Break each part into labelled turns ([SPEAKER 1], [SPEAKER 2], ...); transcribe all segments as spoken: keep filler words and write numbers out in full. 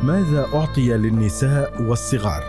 [SPEAKER 1] ماذا أعطي للنساء والصغار؟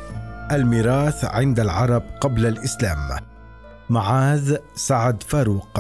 [SPEAKER 1] الميراث عند العرب قبل الإسلام. معاذ سعد فاروق.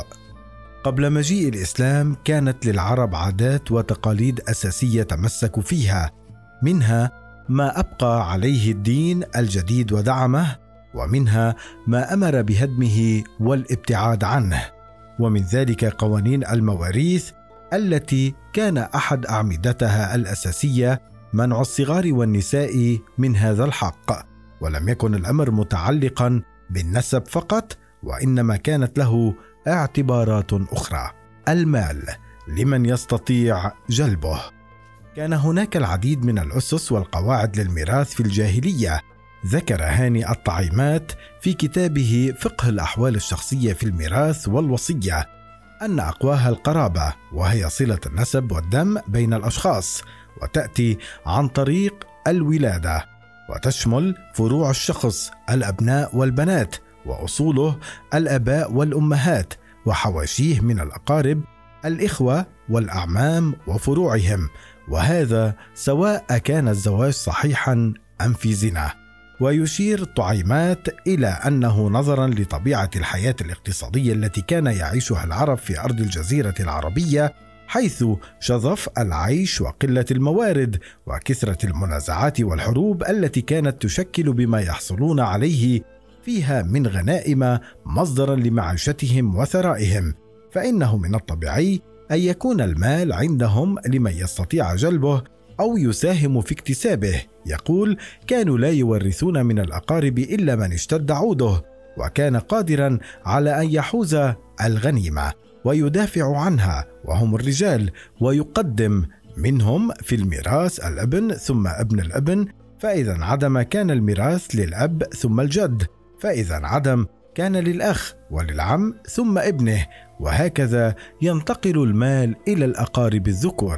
[SPEAKER 1] قبل مجيء الإسلام كانت للعرب عادات وتقاليد أساسية تمسكوا فيها، منها ما أبقى عليه الدين الجديد ودعمه، ومنها ما أمر بهدمه والابتعاد عنه، ومن ذلك قوانين المواريث التي كان أحد أعمدتها الأساسية منع الصغار والنساء من هذا الحق، ولم يكن الأمر متعلقا بالنسب فقط، وإنما كانت له اعتبارات أخرى. المال لمن يستطيع جلبه. كان هناك العديد من الأسس والقواعد للميراث في الجاهلية. ذكر هاني الطعيمات في كتابه فقه الأحوال الشخصية في الميراث والوصية أن أقواها القرابة، وهي صلة النسب والدم بين الأشخاص، وتأتي عن طريق الولادة، وتشمل فروع الشخص الأبناء والبنات، وأصوله الآباء والأمهات، وحواشيه من الأقارب الإخوة والأعمام وفروعهم، وهذا سواء كان الزواج صحيحا أم في زنا. ويشير طعيمات إلى أنه نظرا لطبيعة الحياة الاقتصادية التي كان يعيشها العرب في أرض الجزيرة العربية، حيث شظف العيش وقلة الموارد وكثرة المنازعات والحروب التي كانت تشكل بما يحصلون عليه فيها من غنائم مصدرا لمعيشتهم وثرائهم، فإنه من الطبيعي أن يكون المال عندهم لمن يستطيع جلبه أو يساهم في اكتسابه. يقول: كانوا لا يورثون من الأقارب إلا من اشتد عوده، وكان قادرا على أن يحوز الغنيمة ويدافع عنها، وهم الرجال، ويقدم منهم في الميراث الابن ثم ابن الابن، فإذا انعدم كان الميراث للأب ثم الجد، فإذا انعدم كان للأخ وللعم ثم ابنه، وهكذا ينتقل المال إلى الأقارب الذكور.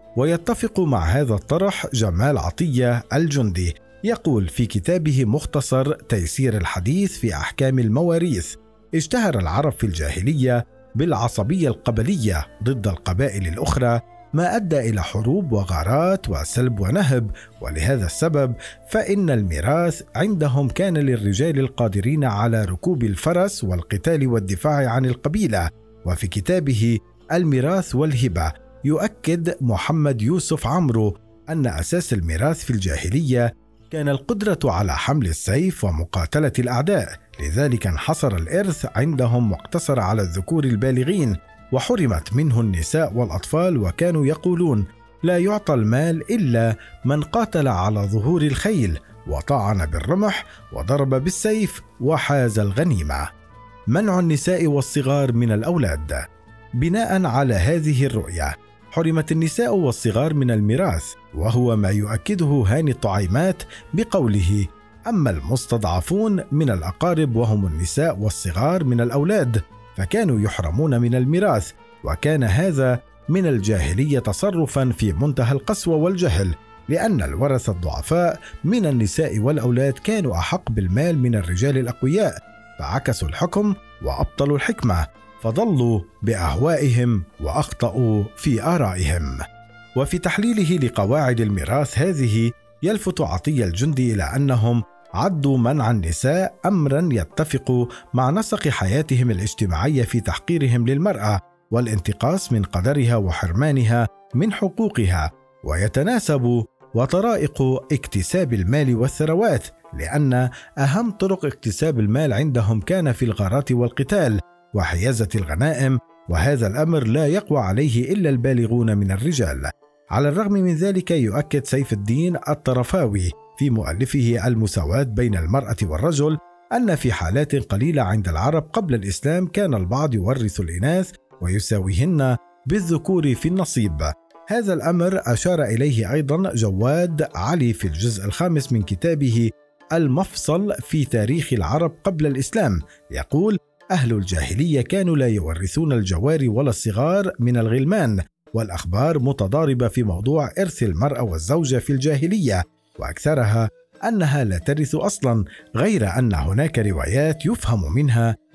[SPEAKER 1] ويتفق مع هذا الطرح جمال عطية الجندي، يقول في كتابه مختصر تيسير الحديث في أحكام المواريث: اشتهر العرب في الجاهلية بالعصبية القبلية ضد القبائل الأخرى، ما أدى إلى حروب وغارات وسلب ونهب، ولهذا السبب فإن الميراث عندهم كان للرجال القادرين على ركوب الفرس والقتال والدفاع عن القبيلة. وفي كتابه الميراث والهبة يؤكد محمد يوسف عمرو أن أساس الميراث في الجاهلية كان القدرة على حمل السيف ومقاتلة الأعداء، لذلك انحصر الإرث عندهم واقتصر على الذكور البالغين، وحرمت منه النساء والأطفال، وكانوا يقولون: لا يعطى المال إلا من قاتل على ظهور الخيل وطعن بالرمح وضرب بالسيف وحاز الغنيمة. منع النساء والصغار من الأولاد. بناء على هذه الرؤية حرمت النساء والصغار من الميراث، وهو ما يؤكده هاني الطعيمات بقوله: أما المستضعفون من الأقارب وهم النساء والصغار من الأولاد فكانوا يحرمون من الميراث، وكان هذا من الجاهلية تصرفا في منتهى القسوة والجهل، لأن الورثة الضعفاء من النساء والأولاد كانوا أحق بالمال من الرجال الأقوياء، فعكسوا الحكم وأبطلوا الحكمة، فضلوا بأهوائهم وأخطأوا في آرائهم. وفي تحليله لقواعد الميراث هذه يلفت عطية الجندي إلى أنهم عدوا منع النساء أمرا يتفق مع نسق حياتهم الاجتماعية في تحقيرهم للمرأة والانتقاص من قدرها وحرمانها من حقوقها، ويتناسب وطرائق اكتساب المال والثروات، لأن أهم طرق اكتساب المال عندهم كان في الغارات والقتال وحيازة الغنائم، وهذا الأمر لا يقوى عليه إلا البالغون من الرجال. على الرغم من ذلك يؤكد سيف الدين الطرفاوي في مؤلفه المساواة بين المرأة والرجل أن في حالات قليلة عند العرب قبل الإسلام كان البعض يورث الإناث ويساويهن بالذكور في النصيب. هذا الأمر أشار إليه أيضا جواد علي في الجزء الخامس من كتابه المفصل في تاريخ العرب قبل الإسلام، يقول: أهل الجاهلية كانوا لا يورثون الجواري ولا الصغار من الغلمان، والأخبار متضاربة في موضوع إرث المرأة والزوجة في الجاهلية، وأكثرها أنها لا ترث أصلا، غير أن هناك روايات يفهم منها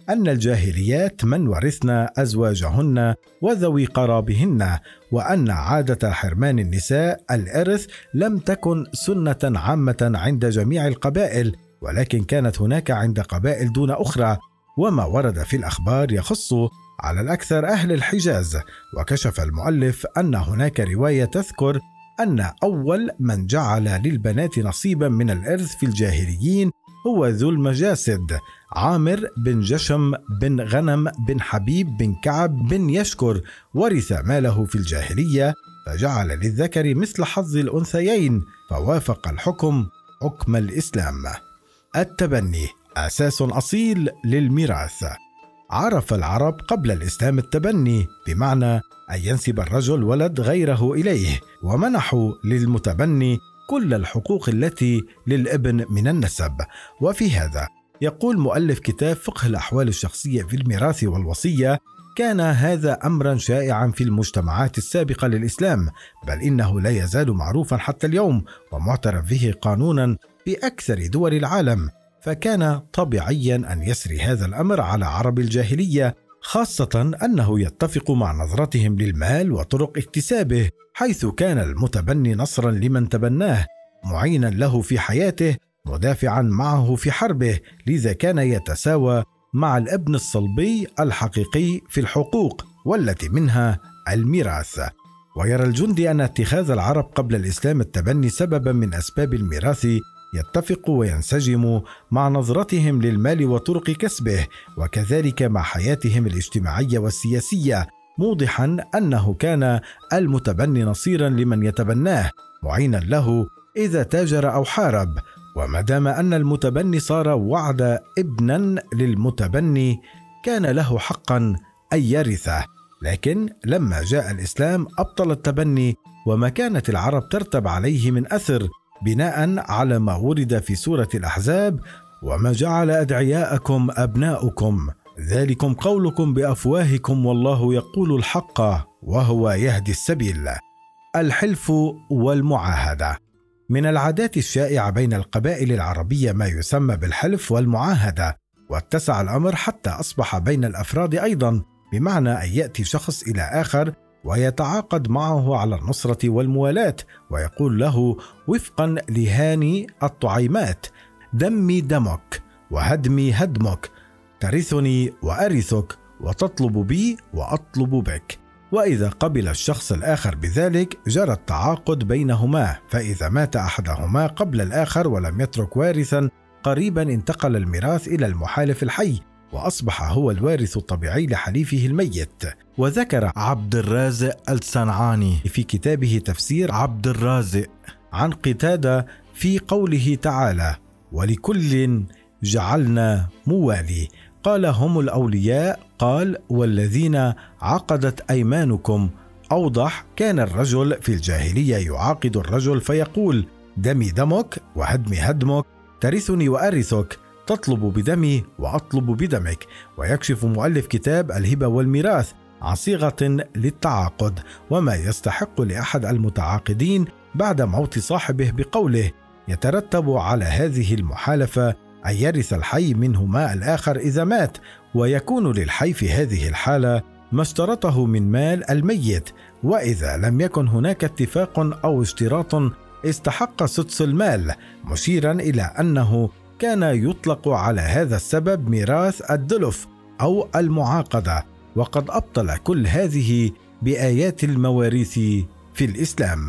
[SPEAKER 1] أن الجاهليات من ورثن أزواجهن وذوي قرابهن، وأن عادة حرمان النساء الإرث لم تكن سنة عامة عند جميع القبائل، ولكن كانت هناك عند قبائل دون أخرى، وما ورد في الأخبار يخص على الأكثر أهل الحجاز. وكشف المؤلف أن هناك رواية تذكر أن أول من جعل للبنات نصيبا من الإرث في الجاهليين هو ذو المجاسد عامر بن جشم بن غنم بن حبيب بن كعب بن يشكر، ورث ماله في الجاهلية فجعل للذكر مثل حظ الأنثيين، فوافق الحكم حكم الإسلام. التبني أساس أصيل للميراث. عرف العرب قبل الإسلام التبني بمعنى أن ينسب الرجل ولد غيره إليه، ومنحوا للمتبني كل الحقوق التي للابن من النسب. وفي هذا يقول مؤلف كتاب فقه الأحوال الشخصية في الميراث والوصية: كان هذا أمرا شائعا في المجتمعات السابقة للإسلام، بل إنه لا يزال معروفا حتى اليوم ومعترف به قانونا في أكثر دول العالم. فكان طبيعيا أن يسري هذا الأمر على عرب الجاهلية، خاصة أنه يتفق مع نظرتهم للمال وطرق اكتسابه، حيث كان المتبني نصرا لمن تبناه، معينا له في حياته، مدافعا معه في حربه، لذا كان يتساوى مع الابن الصلبي الحقيقي في الحقوق، والتي منها الميراث. ويرى الجندي أن اتخاذ العرب قبل الإسلام التبني سببا من أسباب الميراث يتفق وينسجم مع نظرتهم للمال وطرق كسبه، وكذلك مع حياتهم الاجتماعية والسياسية، موضحا أنه كان المتبني نصيرا لمن يتبناه، معينا له إذا تاجر أو حارب. وما دام أن المتبني صار وعد ابنا للمتبني كان له حقا أن يرثه. لكن لما جاء الإسلام أبطل التبني، وما كانت العرب ترتب عليه من أثر، بناء على ما ورد في سورة الأحزاب: وما جعل أدعياءكم أبناؤكم ذلكم قولكم بأفواهكم والله يقول الحق وهو يهدي السبيل. الحلف والمعاهدة. من العادات الشائعة بين القبائل العربية ما يسمى بالحلف والمعاهدة، واتسع الأمر حتى أصبح بين الأفراد أيضا، بمعنى أن يأتي شخص إلى آخر ويتعاقد معه على النصرة والموالاة، ويقول له وفقا لهاني الطعيمات: دمي دمك وهدمي هدمك، ترثني وأرثك، وتطلب بي وأطلب بك. وإذا قبل الشخص الآخر بذلك جرى التعاقد بينهما، فإذا مات أحدهما قبل الآخر ولم يترك وارثا قريبا انتقل الميراث إلى المحالف الحي، وأصبح هو الوارث الطبيعي لحليفه الميت. وذكر عبد الرازق الصنعاني في كتابه تفسير عبد الرازق عن قتادة في قوله تعالى: ولكل جعلنا موالي، قال: هم الأولياء، قال: والذين عقدت أيمانكم. أوضح: كان الرجل في الجاهلية يعاقد الرجل فيقول: دمي دمك وهدمي هدمك، ترثني وأرثك، تطلب بدمي وأطلب بدمك. ويكشف مؤلف كتاب الهبة والميراث عن صيغة للتعاقد وما يستحق لأحد المتعاقدين بعد موت صاحبه بقوله: يترتب على هذه المحالفة أن يرث الحي منهما الآخر إذا مات، ويكون للحي في هذه الحالة ما اشترطه من مال الميت، وإذا لم يكن هناك اتفاق أو اشتراط استحق سدس المال، مشيرا إلى أنه كان يطلق على هذا السبب ميراث الدلف أو المعاقدة، وقد أبطل كل هذه بآيات المواريث في الإسلام.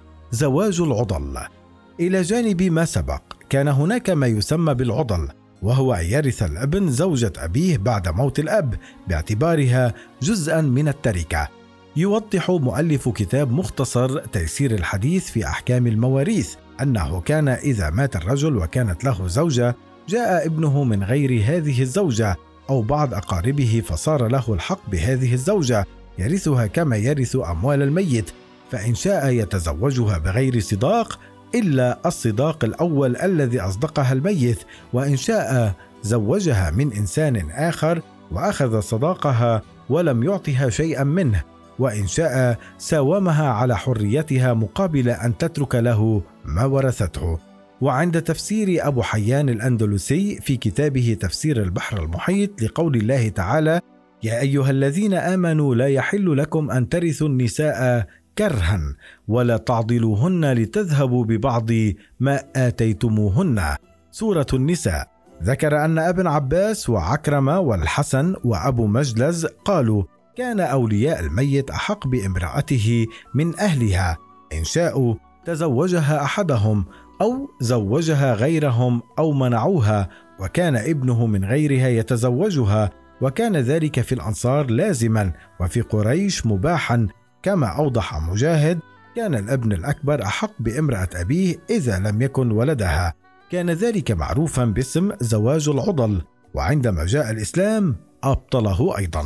[SPEAKER 1] زواج العضل. إلى جانب ما سبق كان هناك ما يسمى بالعضل، وهو أن يرث الابن زوجة أبيه بعد موت الأب باعتبارها جزءا من التركة. يوضح مؤلف كتاب مختصر تيسير الحديث في أحكام المواريث أنه كان إذا مات الرجل وكانت له زوجة، جاء ابنه من غير هذه الزوجة أو بعض أقاربه فصار له الحق بهذه الزوجة، يرثها كما يرث أموال الميت، فإن شاء يتزوجها بغير صداق إلا الصداق الأول الذي أصدقها الميت، وإن شاء زوجها من إنسان آخر وأخذ صداقها ولم يعطها شيئا منه، وإن شاء ساومها على حريتها مقابل أن تترك له ما ورثته. وعند تفسير أبو حيان الأندلسي في كتابه تفسير البحر المحيط لقول الله تعالى: يا أيها الذين آمنوا لا يحل لكم أن ترثوا النساء كرها ولا تعضلوهن لتذهبوا ببعض ما آتيتموهن، سورة النساء. ذكر أن ابن عباس وعكرمة والحسن وأبو مجلز قالوا: كان أولياء الميت أحق بامرأته من أهلها، إن شاءوا تزوجها أحدهم أو زوجها غيرهم أو منعوها، وكان ابنه من غيرها يتزوجها، وكان ذلك في الأنصار لازما وفي قريش مباحا. كما أوضح مجاهد: كان الابن الأكبر أحق بامرأة أبيه إذا لم يكن ولدها، كان ذلك معروفا باسم زواج العضل، وعندما جاء الإسلام أبطله أيضا.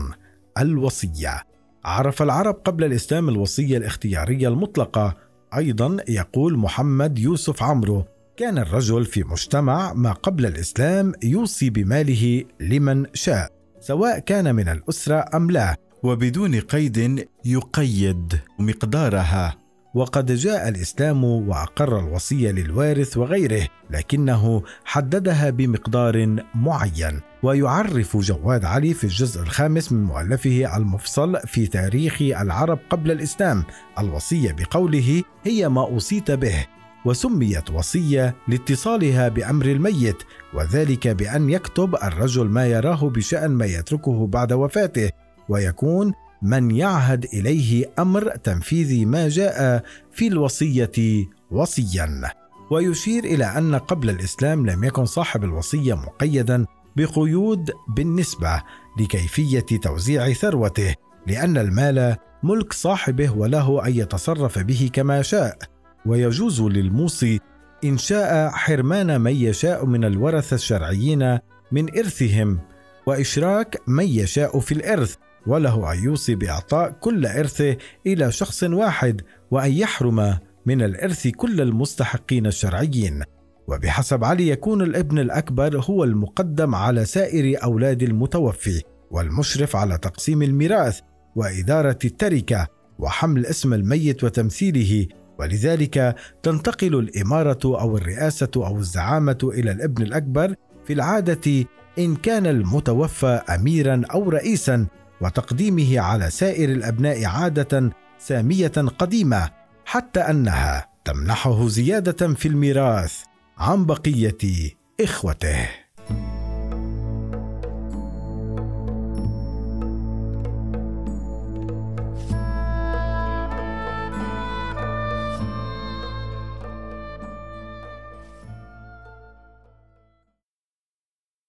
[SPEAKER 1] الوصية: عرف العرب قبل الإسلام الوصية الاختيارية المطلقة. أيضا يقول محمد يوسف عمرو: كان الرجل في مجتمع ما قبل الإسلام يوصي بماله لمن شاء، سواء كان من الأسرة أم لا، وبدون قيد يقيد مقدارها. وقد جاء الإسلام وأقر الوصية للوارث وغيره، لكنه حددها بمقدار معين. ويعرف جواد علي في الجزء الخامس من مؤلفه المفصل في تاريخ العرب قبل الإسلام الوصية بقوله: هي ما أوصيت به، وسميت وصية لاتصالها بأمر الميت، وذلك بأن يكتب الرجل ما يراه بشأن ما يتركه بعد وفاته، ويكون من يعهد إليه أمر تنفيذ ما جاء في الوصية وصيا. ويشير إلى أن قبل الإسلام لم يكن صاحب الوصية مقيدا بقيود بالنسبة لكيفية توزيع ثروته، لأن المال ملك صاحبه وله أن يتصرف به كما شاء، ويجوز للموصي إن شاء حرمان من يشاء من الورثة الشرعيين من إرثهم، وإشراك من يشاء في الإرث، وله أن يوصي بإعطاء كل إرثه إلى شخص واحد، وأن يحرم من الإرث كل المستحقين الشرعيين. وبحسب علي يكون الابن الأكبر هو المقدم على سائر أولاد المتوفي، والمشرف على تقسيم الميراث وإدارة التركة وحمل اسم الميت وتمثيله، ولذلك تنتقل الإمارة أو الرئاسة أو الزعامة إلى الابن الأكبر في العادة إن كان المتوفى أميرا أو رئيسا، وتقديمه على سائر الأبناء عادة سامية قديمة، حتى أنها تمنحه زيادة في الميراث عن بقية إخوته.